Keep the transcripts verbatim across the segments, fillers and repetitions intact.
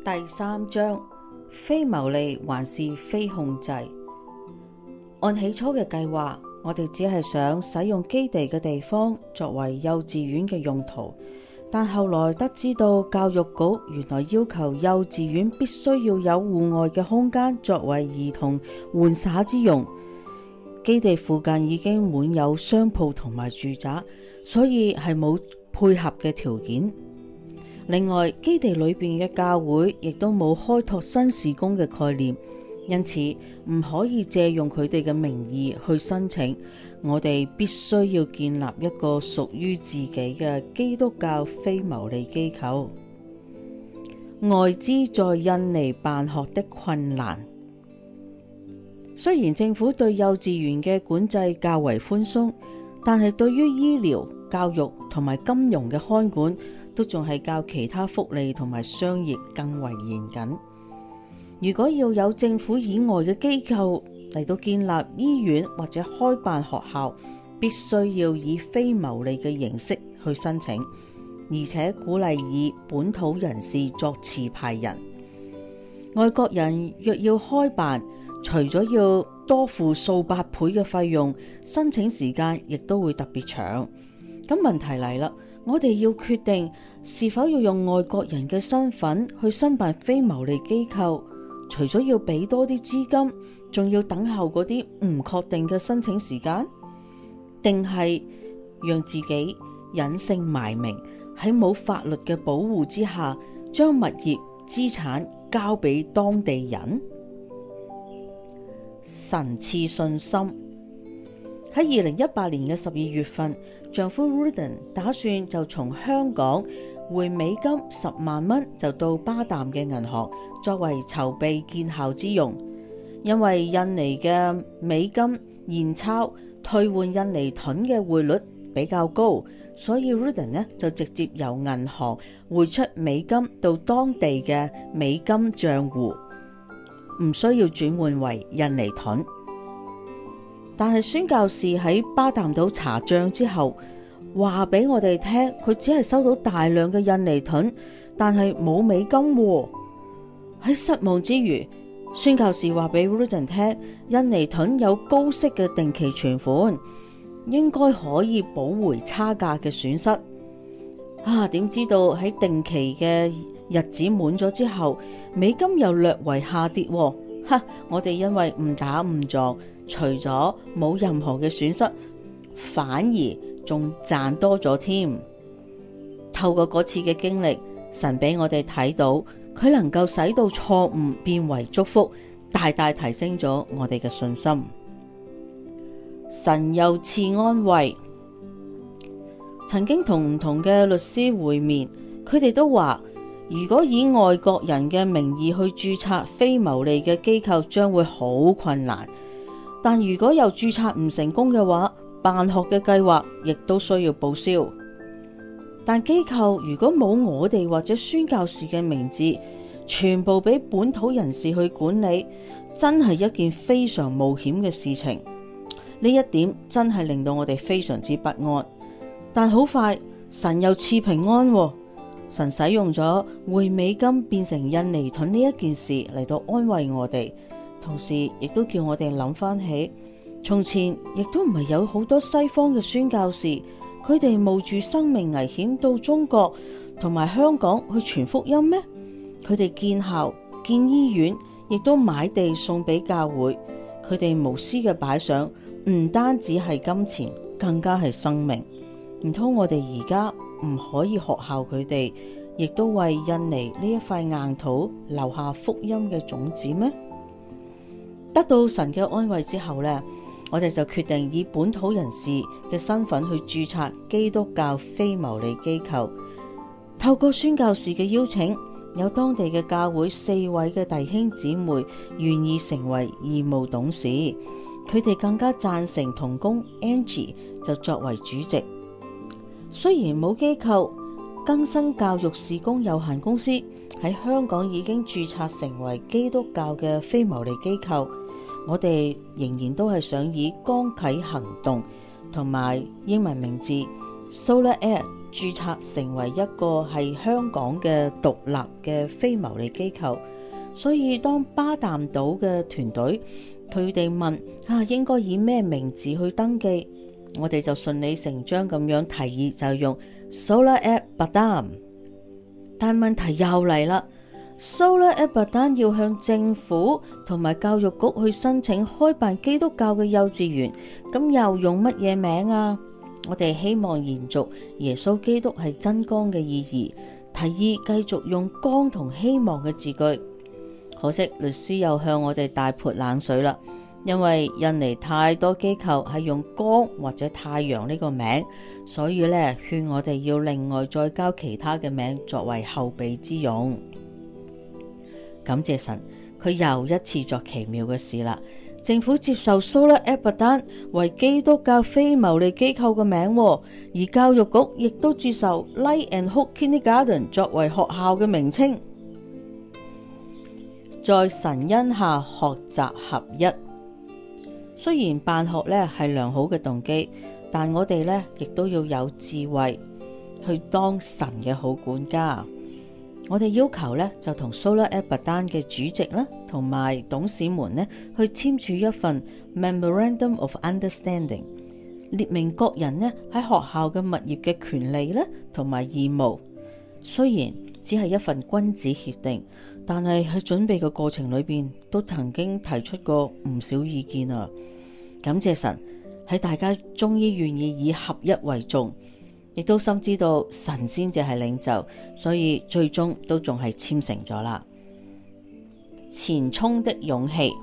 第三章，非牟利還是非控制。按起初嘅計劃，我哋只係想使用基地嘅地方作為幼稚園嘅用途，但後來得知到教育局原來要求幼稚園必須要有戶外嘅空間作為兒童玩耍之用。基地附近已經滿有商鋪同埋住宅，所以係冇配合嘅條件。另外，基地裏邊嘅教會亦都冇開拓新事工嘅概念，因此唔可以借用佢哋嘅名義去申請。我哋必須要建立一個屬於自己嘅基督教非牟利機構。外資在印尼辦學的困難。雖然政府對幼稚園嘅管制較為寬鬆，但係對於醫療、教育同埋金融嘅看管都仲係較其他福利同埋商業更為嚴謹。如果要有政府以外嘅機構嚟到建立醫院或者開辦學校，必須要以非牟利嘅形式去申請，而且鼓勵以本土人士作持牌人。外國人若要開辦，除咗要多付數百倍嘅費用，申請時間亦都會特別長。咁問題嚟啦，我哋要決定是否要用外國人嘅身份去申辦非牟利機構，除咗要俾多啲資金，仲要等候嗰啲唔確定嘅申請時間，定係讓自己隱姓埋名喺冇法律嘅保護之下，將物業資產交俾當地人？神賜信心。喺二零一八年嘅十二月份，丈夫 Rudin 打算就從香港匯美金十萬蚊就到巴淡嘅銀行作為籌備建校之用。因為印尼嘅美金現鈔兌換印尼盾嘅匯率比較高，所以 Rudin 呢就直接由銀行匯出美金到當地嘅美金賬戶，唔需要轉換為印尼盾。但係宣教士喺巴淡島查賬之後，話俾我哋聽，佢只係收到大量嘅印尼盾，但係冇美金喎。喺失望之餘，宣教士話俾 Rudin 聽，印尼盾有高息嘅定期存款，應該可以補回差價嘅損失。啊，點知道喺定期嘅日子滿咗之後，美金又略為下跌喎。哈！我哋因為誤打誤撞，除咗冇任何嘅損失，反而仲賺多咗添。透過嗰次嘅經歷，神俾我哋睇到，佢能夠使到錯誤變為祝福，大大提升咗我哋嘅信心。神又賜安慰。曾經同唔同嘅律師會面，佢哋都話，如果以外國人嘅名義去註冊非牟利嘅機構，將會好困難。但如果又註冊唔成功嘅話，辦學嘅計劃亦都需要報銷。但機構如果冇我哋或者宣教士嘅名字，全部俾本土人士去管理，真係一件非常冒險嘅事情。呢一點真係令到我哋非常之不安。但好快，神又賜平安喎。神使用咗匯美金變成印尼盾呢一件事嚟到安慰我哋，同時亦都叫我哋諗翻起，從前亦都唔係有好多西方嘅宣教士，佢哋冒住生命危險到中國同埋香港去傳福音咩？佢哋建校、建醫院，亦都買地送俾教會。佢哋無私嘅擺上，唔單止係金錢，更加係生命。唔通我哋而家唔可以學效佢哋，亦都為印尼呢一塊硬土留下福音嘅種子咩？得到神嘅安慰之後呢，我哋就決定以本土人士嘅身份去註冊基督教非牟利機構。透過宣教士嘅邀請，有當地嘅教會四位嘅弟兄姊妹願意成為義務董事，佢哋更加贊成同工 Angie 就作為主席。雖然冇機構，更新教育事工有限公司喺香港已經註冊成為基督教嘅非牟利機構，我哋仍然都係想以光啟行動同埋英文名字 Solar Aid 註冊成為一個係香港嘅獨立嘅非牟利機構。所以當巴淡島嘅團隊佢哋問啊應該以咩名字去登記，我哋就順理成章咁樣提議就用 Solar at Batam。 但問題又嚟啦， Solar at Batam 要向政府同埋教育局去申請開辦基督教嘅幼稚園，咁又用乜嘢名啊？我哋希望延續耶穌基督係真光嘅意義，提議繼續用光同希望嘅字句。可惜律師又向我哋大潑冷水啦，因為印尼太多機構係用光或者太陽呢個名，所以咧勸我哋要另外再交其他嘅名作為後備之用。感謝神，佢又一次作奇妙嘅事啦。政府接受 Solar at Batam 為基督教非牟利機構嘅名，而教育局亦都接受 Light and Hope Kindergarten 作為學校嘅名稱。在神恩下學習合一。雖然辦學咧係良好嘅動機，但我哋咧亦都要有智慧去當神嘅好管家。我哋要求咧就同 Solar at Batam 嘅主席啦，同埋董事們咧去簽署一份 Memorandum of Understanding， 列明各人咧喺學校嘅物業嘅權利咧同埋義務。雖然只係一份君子協定，但係喺準備嘅過程裏邊都曾經提出過唔少意見啊！感謝神，喺大家終於願意以合一為重，亦都深知道神先至係領袖，所以最終都仲係簽成咗啦。前衝的勇氣，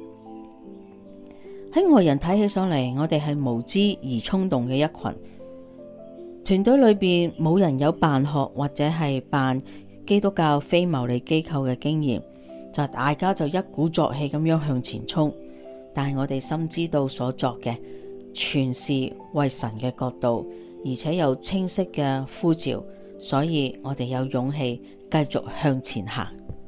喺外人睇起上嚟，我哋係無知而衝動嘅一群。團隊裏邊冇人有辦學或者係辦基督教非牟利機構嘅經驗，就大家就一鼓作氣咁樣向前衝。但係我哋深知道所作嘅全是為神嘅國度，而且有清晰嘅呼召，所以我哋有勇氣繼續向前行。